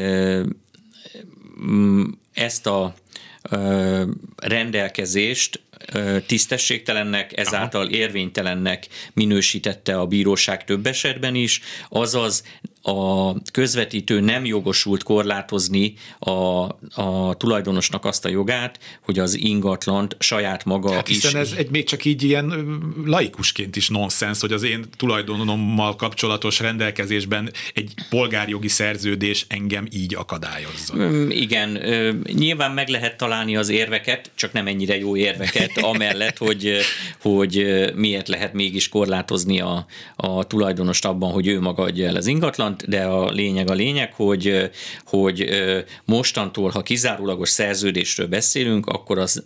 ezt a rendelkezést tisztességtelennek, ezáltal érvénytelennek minősítette a bíróság több esetben is, azaz a közvetítő nem jogosult korlátozni a tulajdonosnak azt a jogát, hogy az ingatlant saját maga hát hiszen ez még csak így ilyen laikusként is nonsens, hogy az én tulajdonommal kapcsolatos rendelkezésben egy polgárjogi szerződés engem így akadályozza. Igen, nyilván meg lehet találni az érveket, csak nem ennyire jó érveket, amellett, hogy miért lehet mégis korlátozni a tulajdonost abban, hogy ő maga adja el az ingatlant, de a lényeg, hogy mostantól, ha kizárólagos szerződésről beszélünk, akkor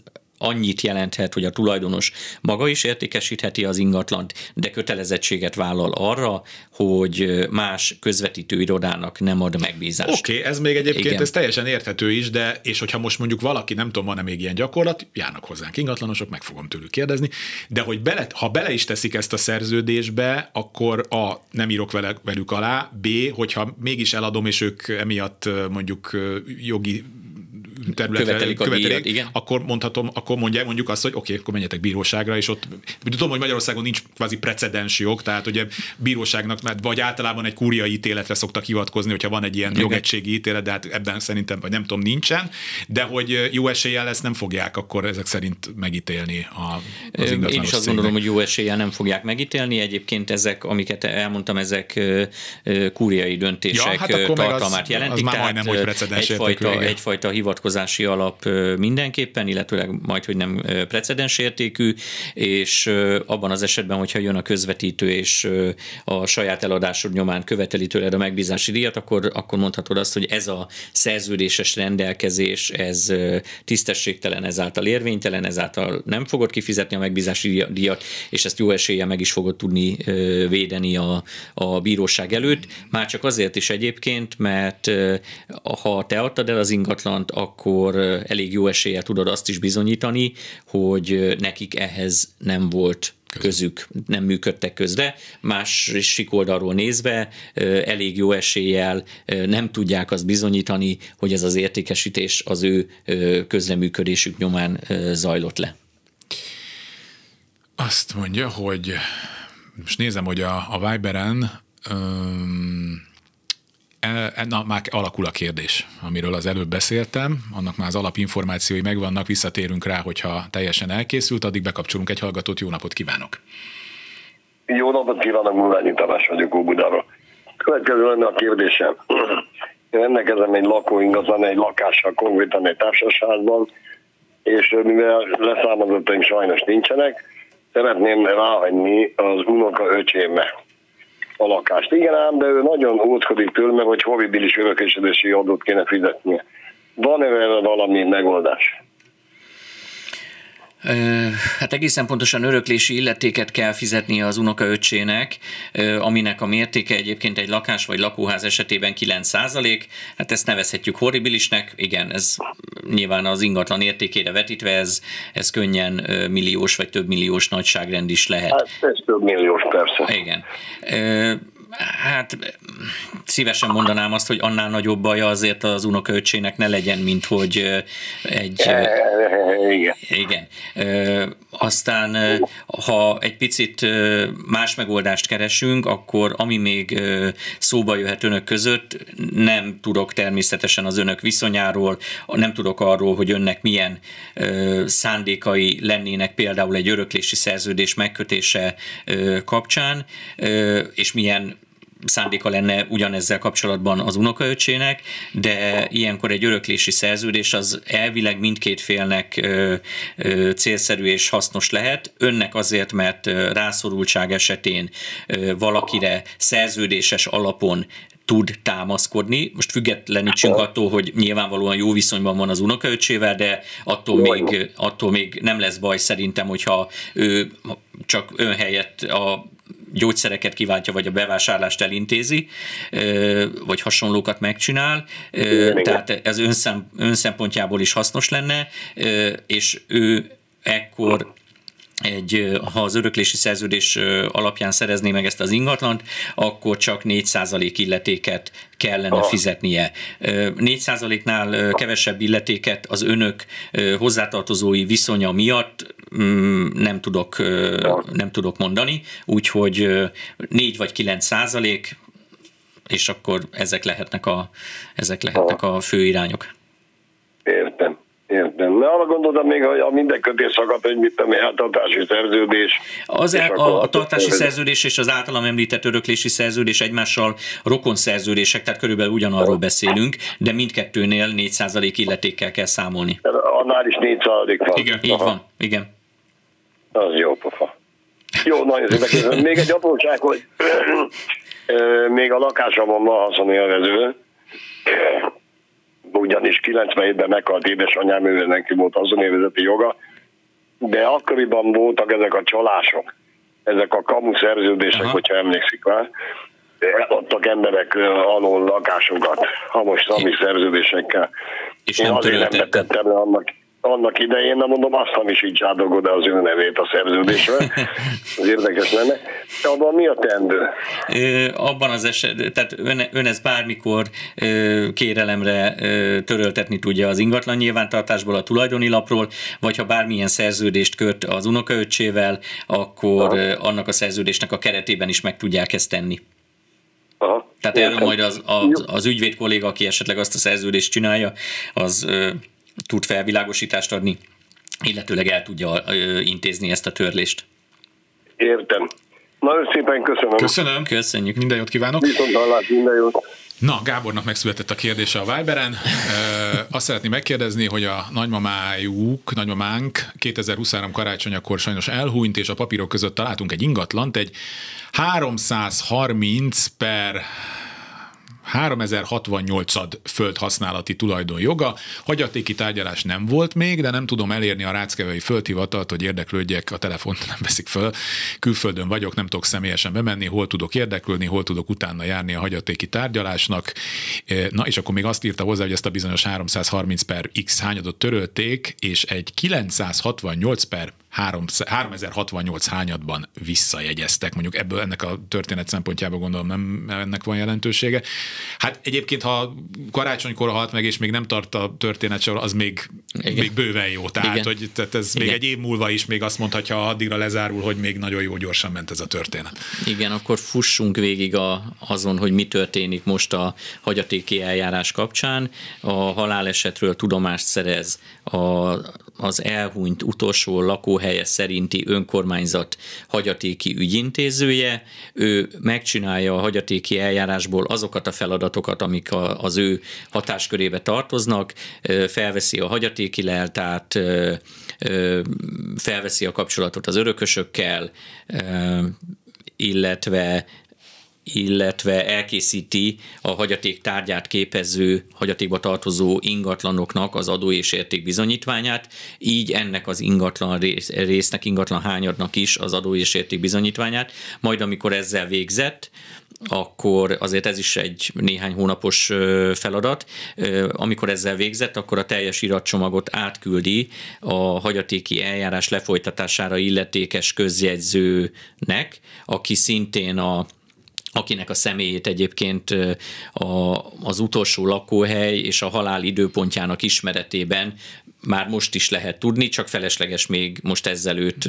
annyit jelenthet, hogy a tulajdonos maga is értékesítheti az ingatlant, de kötelezettséget vállal arra, hogy más közvetítő irodának nem ad megbízást. Oké, ez még egyébként ez teljesen érthető is, de és hogyha most mondjuk valaki, nem tudom, van-e még ilyen gyakorlat, járnak hozzánk ingatlanosok, meg fogom tőlük kérdezni, de hogy ha bele is teszik ezt a szerződésbe, akkor A, nem írok velük alá, B, hogyha mégis eladom, és ők emiatt mondjuk jogi területre követelik, akkor mondjuk azt, hogy oké, akkor menjetek bíróságra, és ott tudom, hogy Magyarországon nincs kvázi precedens jog, tehát ugye bíróságnak, vagy általában egy kúriai ítéletre szoktak hivatkozni, hogyha van egy ilyen jogegységi ítélet, de hát ebben szerintem, vagy nem tudom, nincsen, de hogy jó eséllyel ezt nem fogják akkor ezek szerint megítélni az ingatlanos. Én is azt gondolom, hogy jó eséllyel nem fogják megítélni, egyébként ezek, amiket elmondtam, ezek kúriai döntések tartalmát jelentik, tehát egyfajta hivatkozási alap mindenképpen, illetőleg majdhogy nem precedens értékű, és abban az esetben, hogyha jön a közvetítő, és a saját eladásod nyomán követeli tőled a megbízási díjat, akkor mondhatod azt, hogy ez a szerződéses rendelkezés, ez tisztességtelen, ezáltal érvénytelen, ezáltal nem fogod kifizetni a megbízási díjat, és ezt jó eséllyel meg is fogod tudni védeni a bíróság előtt. Már csak azért is egyébként, mert ha te adtad el az ingatlant, akkor elég jó eséllyel tudod azt is bizonyítani, hogy nekik ehhez nem volt közük, nem működtek közre. Másik oldalról nézve elég jó eséllyel nem tudják azt bizonyítani, hogy ez az értékesítés az ő közreműködésük nyomán zajlott le. Azt mondja, hogy most nézem, hogy a Viberen már alakul a kérdés, amiről az előbb beszéltem, annak már az alapinformációi megvannak, visszatérünk rá, hogyha teljesen elkészült, addig bekapcsolunk egy hallgatót, jó napot kívánok! Jó napot kívánok, Mulányi Tamás vagyok Óbudáról. Következő lenne a kérdésem. Én rendelkezem egy lakóingatlan, egy lakással, konkrétan egy társasházban, és mivel leszármazottaim sajnos nincsenek, szeretném ráhagyni az unoka öcsémbe a lakást. Igen ám, de ő nagyon óckodik tőle, hogy horribilis örökösödési adót kéne fizetnie. Van-e erre valami megoldás? Hát egészen pontosan öröklési illetéket kell fizetnie az unokaöccsének, aminek a mértéke egyébként egy lakás vagy lakóház esetében 9%. Hát ezt nevezhetjük horribilisnek. Igen, ez nyilván az ingatlan értékére vetítve, ez könnyen milliós vagy több milliós nagyságrend is lehet. Hát ez több milliós, persze. Igen. Hát szívesen mondanám azt, hogy annál nagyobb baja azért az unokaöccsének ne legyen, mint hogy egy... Igen. Aztán, ha egy picit más megoldást keresünk, akkor ami még szóba jöhet önök között, nem tudok természetesen az önök viszonyáról, nem tudok arról, hogy önnek milyen szándékai lennének például egy öröklési szerződés megkötése kapcsán, és milyen szándéka lenne ugyanezzel kapcsolatban az unokaöccsének, de ilyenkor egy öröklési szerződés az elvileg mindkét félnek célszerű és hasznos lehet. Önnek azért, mert rászorultság esetén valakire szerződéses alapon tud támaszkodni. Most függetlenítsünk attól, hogy nyilvánvalóan jó viszonyban van az unokaöccsével, de attól még nem lesz baj szerintem, hogyha ő csak ön helyett a gyógyszereket kiváltja, vagy a bevásárlást elintézi, vagy hasonlókat megcsinál, tehát ez ön szempontjából is hasznos lenne, és ő ekkor ha az öröklési szerződés alapján szerezné meg ezt az ingatlant, akkor csak 4% illetéket kellene fizetnie. 4%-nál kevesebb illetéket az önök hozzátartozói viszonya miatt nem tudok mondani, úgyhogy 4 vagy 9%, és akkor ezek lehetnek a fő irányok. Értem. De arra gondoltam még, hogy a minden kötés szakadt, hogy mit tudom, eltartási szerződés. A tartási szerződés és az általam említett öröklési szerződés egymással rokon szerződések, tehát körülbelül ugyanarról beszélünk, de mindkettőnél 4% illetékkel kell számolni. Annál is 4% van. Igen, így van, igen. Az jó pofa. Jó, nagyon szépen. Még egy apróság, hogy még a lakásomban van haszonélvező, ugyanis 97-ben meghalt édesanyám, neki volt haszonélvezeti joga, de akkoriban voltak ezek a csalások, ezek a kamu szerződések, hogyha emlékszik rá, adtak emberek alól lakásokat, hamos-szami szerződésekkel. És nem töröltettem le annak idején, nem mondom, azt hamisítsátok oda az ő nevét a szerződésre. Az érdekes lenne. De abban mi a teendő? Abban az esetben, tehát ön ezt bármikor kérelemre töröltetni tudja az ingatlan nyilvántartásból, a tulajdoni lapról, vagy ha bármilyen szerződést köt az unokaöccsével, akkor annak a szerződésnek a keretében is meg tudják ezt tenni. Aha. Tehát erről majd az ügyvéd kolléga, aki esetleg azt a szerződést csinálja, az tud felvilágosítást adni, illetőleg el tudja intézni ezt a törlést. Értem. Nagyon szépen köszönöm. Köszönjük, minden jót kívánok. Viszontlátásra, minden jót. Na, Gábornak megszületett a kérdése a Viberen. Azt szeretném megkérdezni, hogy a nagymamánk 2023 karácsonyakor sajnos elhúnyt, és a papírok között találtunk egy ingatlant, egy 330/3068 földhasználati tulajdonjoga. Hagyatéki tárgyalás nem volt még, de nem tudom elérni a Ráckevei földhivatalt, hogy érdeklődjek, a telefont nem veszik föl. Külföldön vagyok, nem tudok személyesen bemenni, hol tudok érdeklődni, hol tudok utána járni a hagyatéki tárgyalásnak. Na, és akkor még azt írta hozzá, hogy ezt a bizonyos 330/x hányadot törölték, és egy 968/3068 hányadban visszajegyeztek. Mondjuk ebből ennek a történet szempontjából gondolom nem ennek van jelentősége. Hát egyébként, ha karácsonykor halt meg, és még nem tart a történet se, az még bőven jó. Tehát, hogy ez még egy év múlva is még azt mondhatja, ha addigra lezárul, hogy még nagyon jó gyorsan ment ez a történet. Igen, akkor fussunk végig azon, hogy mi történik most a hagyatéki eljárás kapcsán. A halálesetről tudomást szerez az elhunyt utolsó lakóhelye szerinti önkormányzat hagyatéki ügyintézője. Ő megcsinálja a hagyatéki eljárásból azokat a feladatokat, amik az ő hatáskörébe tartoznak, felveszi a hagyatéki leltárt, felveszi a kapcsolatot az örökösökkel, illetve elkészíti a hagyaték tárgyát képező, hagyatékba tartozó ingatlanoknak az adó és érték bizonyítványát, így ennek az ingatlan résznek, ingatlan hányadnak is az adó és érték bizonyítványát. Majd amikor ezzel végzett, akkor azért ez is egy néhány hónapos feladat. Amikor ezzel végzett, akkor a teljes iratcsomagot átküldi a hagyatéki eljárás lefolytatására illetékes közjegyzőnek, aki szintén akinek a személyét egyébként az utolsó lakóhely és a halál időpontjának ismeretében már most is lehet tudni, csak felesleges még most ezzel őt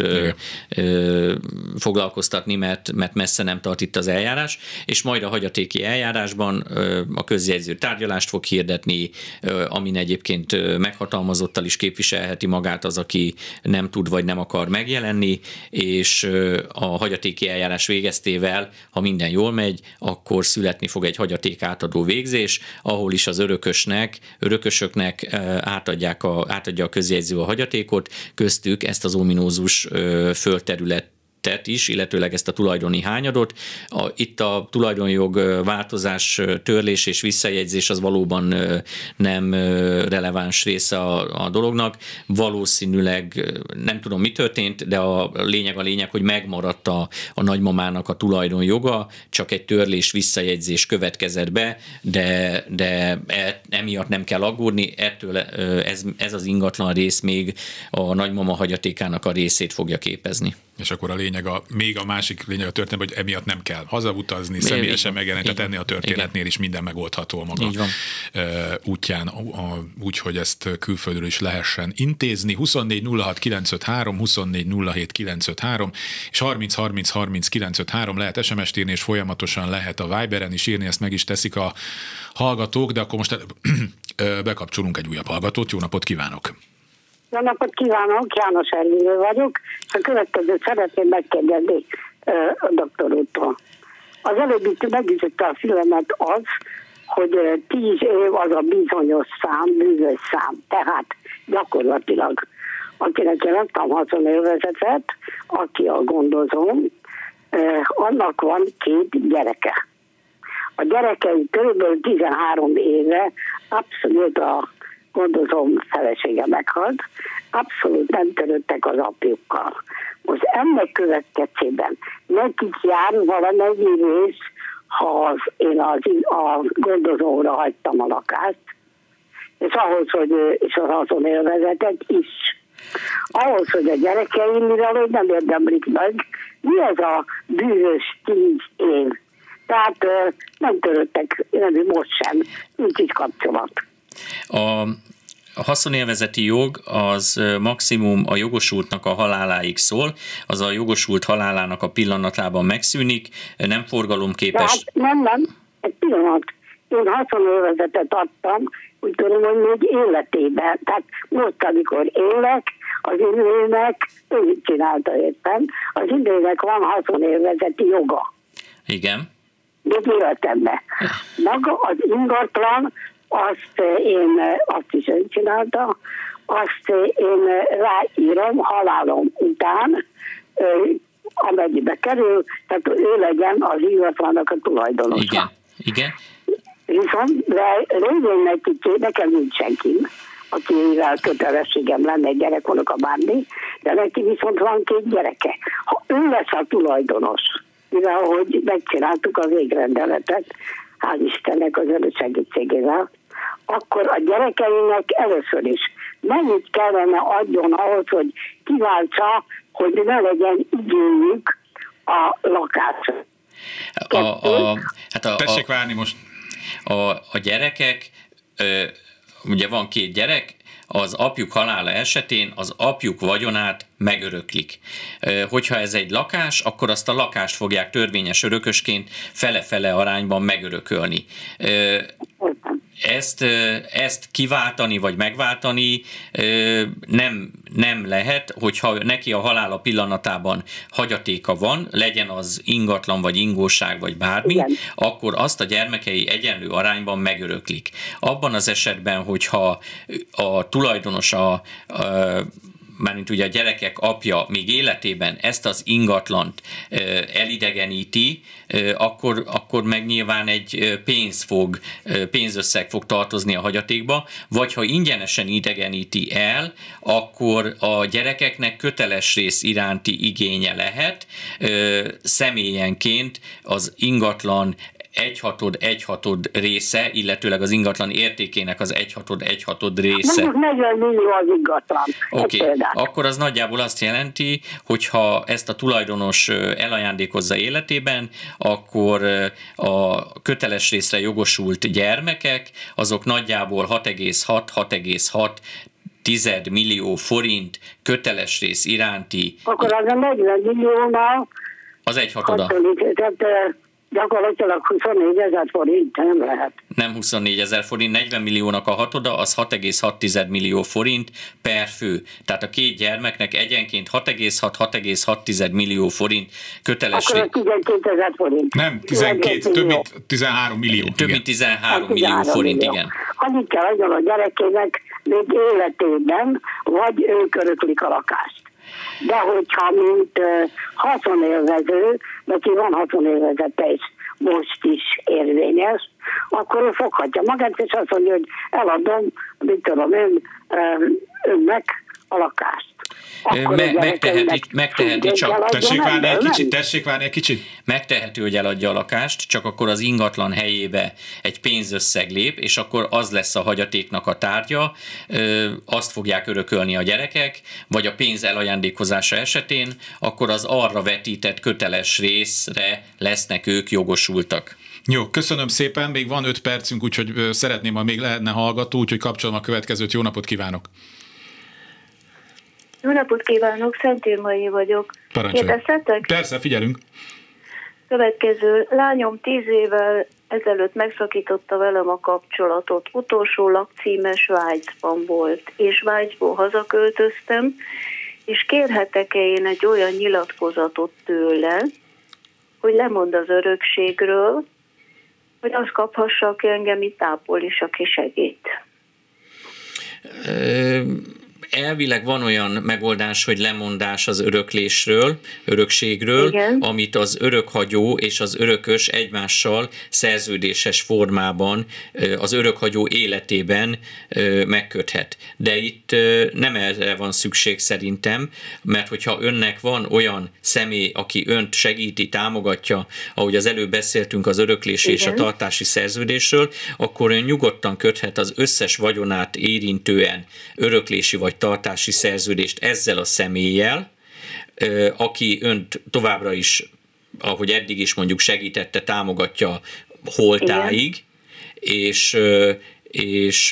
foglalkoztatni, mert messze nem tart itt az eljárás, és majd a hagyatéki eljárásban a közjegyző tárgyalást fog hirdetni, amin egyébként meghatalmazottal is képviselheti magát az, aki nem tud vagy nem akar megjelenni, és a hagyatéki eljárás végeztével, ha minden jól megy, akkor születni fog egy hagyaték átadó végzés, ahol is az örökösöknek átadja a közjegyző a hagyatékot, köztük ezt az ominózus földterületet is, illetőleg ezt a tulajdoni hányadot. Itt a tulajdonjog változás, törlés és visszajegyzés az valóban nem releváns része a dolognak. Valószínűleg nem tudom, mi történt, de a lényeg, hogy megmaradt a nagymamának a tulajdonjoga, csak egy törlés, visszajegyzés következett be, de emiatt nem kell aggódni, ettől ez az ingatlan rész még a nagymama hagyatékának a részét fogja képezni. És akkor a másik lényeg a történet, hogy emiatt nem kell hazautazni, személyesen megjelenni, tehát ennél a történetnél is minden megoldható a maga útján, úgy, hogy ezt külföldről is lehessen intézni. 24 06 953, 24 07 953, és 30 30 30 953 lehet SMS-t írni, és folyamatosan lehet a Viberen is írni, ezt meg is teszik a hallgatók, de akkor most bekapcsolunk egy újabb hallgatót. Jó napot kívánok! Jó napot kívánok, János Ervényő vagyok, és a következőt szeretném megkérdezni a doktor úrtól. Az előbb megütötte a fülemet az, hogy 10 év az a bizonyos szám, bűvös szám. Tehát gyakorlatilag, akinek én adtam haszonélvezetet, aki a gondozóm, annak van 2 gyereke. A gyerekei kb. 13 éve abszolút a gondozom felesége meghalt, abszolút nem törődtek az apjukkal. Most ennek következtében nekik jár valamennyi rész, ha én a gondozóra hagytam a lakást, és ahhoz, hogy és az haszonélvezetet is. Ahhoz, hogy a gyerekeim, mivel hogy nem érdemlik meg, mi ez a bűnös 10 év. Tehát nem törődtek, nem most sem, nincs így kapcsolat. A haszonélvezeti jog az maximum a jogosultnak a haláláig szól, az a jogosult halálának a pillanatában megszűnik, nem forgalomképes. Nem, egy pillanat. Én haszonélvezetet adtam, úgy tudom, hogy még életében. Tehát most, amikor élek, az Imrének, ő mit csinálta éppen, az Imrének van haszonélvezeti joga. Igen. Még életemben. Maga az ingatlan, azt is ön csinálta, azt én ráírom halálom után, amennyibe kerül, tehát ő legyen az ingatlannak a tulajdonosa. Igen. Viszont lévén nekem nincs senkim, akivel kötelességem lenne egy gyerekonoka bánni, de neki viszont van 2 gyereke. Ha ő lesz a tulajdonos, mivel hogy megcsináltuk az végrendeletet, hál' Istennek az önök segítségével, akkor a gyerekeinek először is mennyit kellene adjon ahhoz, hogy kiváltsa, hogy ne legyen igényük a lakásra. Tessék várni most. A gyerekek, ugye van 2 gyerek, az apjuk halála esetén az apjuk vagyonát megöröklik. Hogyha ez egy lakás, akkor azt a lakást fogják törvényes örökösként fele-fele arányban megörökölni. Ezt kiváltani vagy megváltani nem lehet, hogyha neki a halála pillanatában hagyatéka van, legyen az ingatlan vagy ingóság vagy bármi, igen, akkor azt a gyermekei egyenlő arányban megöröklik. Abban az esetben, hogyha a tulajdonos mármint ugye a gyerekek apja még életében ezt az ingatlant elidegeníti, akkor meg nyilván egy pénzösszeg fog tartozni a hagyatékba, vagy ha ingyenesen idegeníti el, akkor a gyerekeknek köteles rész iránti igénye lehet, személyenként az ingatlan 1/6 része, illetőleg az ingatlan értékének az 1/6 része. Nem 40 millió az ingatlan. Oké. Akkor az nagyjából azt jelenti, hogy ha ezt a tulajdonos elajándékozza életében, akkor a köteles részre jogosult gyermekek, azok nagyjából 6,6 millió forint köteles rész iránti. Akkor az a 40 milliónál az 1/6. Gyakorlatilag 24 000 forint nem lehet. Nem 24 000 forint, 40 milliónak a hatoda, az 6,6 millió forint per fő. Tehát a 2 gyermeknek egyenként 6,6 millió forint köteles. Akkor 12 000 forint. Nem, 12, több mint 13 millió. Több mint 13 millió forint, igen. Annyit kell adjon a gyerekének még életében, vagy ők öröklik a lakást. De hogyha mint haszonélvező, neki van haszonélvezete is most is érvényes, akkor ő foghatja magát, és azt mondja, hogy eladom, mit tudom én, önnek a lakást. Megteheti csak. Tessék várni egy kicsit. Megtehető, hogy eladja a lakást, csak akkor az ingatlan helyébe egy pénzösszeg lép, és akkor az lesz a hagyatéknak a tárgya, azt fogják örökölni a gyerekek, vagy a pénz elajándékozása esetén, akkor az arra vetített köteles részre lesznek ők jogosultak. Jó, köszönöm szépen, még van 5 percünk, úgyhogy szeretném, ha még lehetne hallgató, úgyhogy kapcsolom a következőt. Jó napot kívánok! Jó napot kívánok, Szent Irmai vagyok. Kérdezhetek? Persze, figyelünk. Következő. Lányom 10 évvel ezelőtt megszakította velem a kapcsolatot. Utolsó lakcíme Svájcban volt, és Svájcból hazaköltöztem, és kérhetek-e én egy olyan nyilatkozatot tőle, hogy lemond az örökségről, hogy azt kaphassa, aki engem itt ápol, és aki segít. Elvileg van olyan megoldás, hogy lemondás az örökségről, igen, amit az örökhagyó és az örökös egymással szerződéses formában az örökhagyó életében megköthet. De itt nem erre van szükség szerintem, mert hogyha önnek van olyan személy, aki önt segíti, támogatja, ahogy az előbb beszéltünk az öröklési, igen, és a tartási szerződésről, akkor ön nyugodtan köthet az összes vagyonát érintően öröklési vagy tartási szerződést ezzel a személlyel, aki önt továbbra is, ahogy eddig is mondjuk segítette, támogatja holtáig, és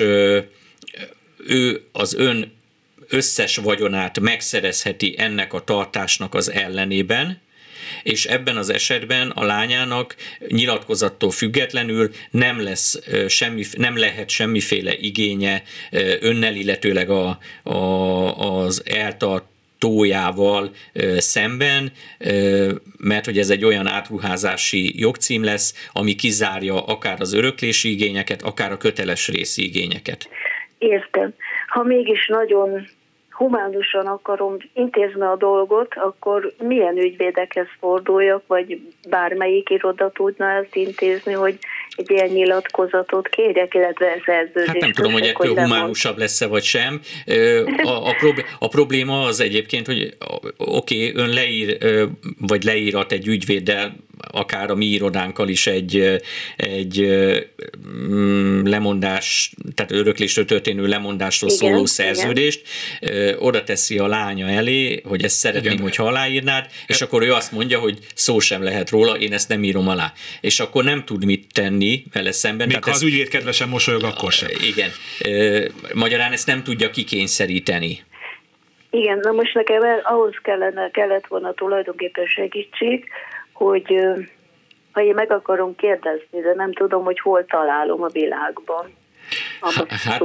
ő az ön összes vagyonát megszerezheti ennek a tartásnak az ellenében, és ebben az esetben a lányának nyilatkozattól függetlenül nem lehet semmiféle igénye önnel, illetőleg az eltartójával szemben, mert hogy ez egy olyan átruházási jogcím lesz, ami kizárja akár az öröklési igényeket, akár a köteles részi igényeket. Értem. Ha mégis nagyon humánusan akarom intézni a dolgot, akkor milyen ügyvédekhez forduljak, vagy bármelyik iroda tudna ezt intézni, hogy egy ilyen nyilatkozatot kérjek, illetve szerződést. Hát nem tudom, hogy ettől humánusabb lesz-e vagy sem. A probléma az egyébként, hogy oké, ön leír, vagy leírat egy ügyvéddel, akár a mi irodánkkal is egy lemondás, tehát öröklésről történő lemondásról szóló szerződést, oda teszi a lánya elé, hogy ezt szeretném, hogyha aláírnád, és akkor ő azt mondja, hogy szó sem lehet róla, én ezt nem írom alá. És akkor nem tud mit tenni vele szemben. Még ha az ügyvéd kedvesen mosolyog, akkor sem. Igen. Magyarán ezt nem tudja kikényszeríteni. Igen, na most nekem ahhoz kellett volna tulajdonképpen segítség, hogy ha én meg akarom kérdezni, de nem tudom, hogy hol találom a világban. Hát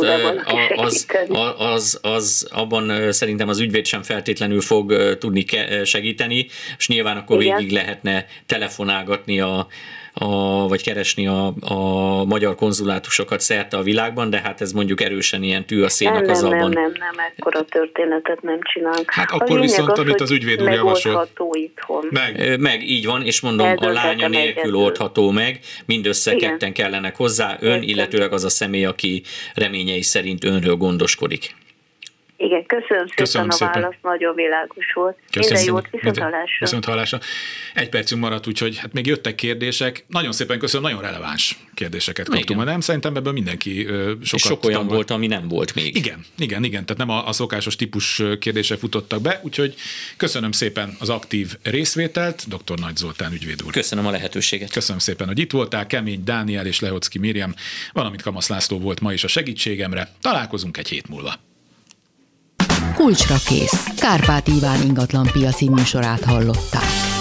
az abban szerintem az ügyvéd sem feltétlenül fog tudni segíteni, és nyilván akkor végig lehetne telefonálgatni vagy keresni a magyar konzulátusokat szerte a világban, de hát ez mondjuk erősen ilyen tű a szénnek az abban. Nem, ekkora történetet nem csinálunk. Hát akkor viszont, amit az ügyvéd úr javasol. Megoldható itthon. Meg, így van, és mondom, a lánya nélkül oldható meg, mindössze ketten kellenek hozzá, ön, illetőleg az a személy, aki reményei szerint önről gondoskodik. Igen, köszönöm szépen a választ, nagyon világos volt. Minden jót, viszonthallásra. Egy percünk maradt, úgyhogy hát még jöttek kérdések. Nagyon szépen köszönöm, nagyon releváns kérdéseket kaptunk, nem? Szerintem ebből mindenki sokat sok olyan volt, ami nem volt még. Igen, tehát nem a szokásos típus kérdések futottak be, úgyhogy köszönöm szépen az aktív részvételt, dr. Nagy Zoltán ügyvéd úr. Köszönöm a lehetőséget. Köszönöm szépen, hogy itt voltál, Kemény Dániel és Lehocki Miriam, valamint Kamasz László volt ma is a segítségemre. Találkozunk egy hét múlva. Kulcsra kész. Kárpát Iván ingatlanpiaci műsorát hallották.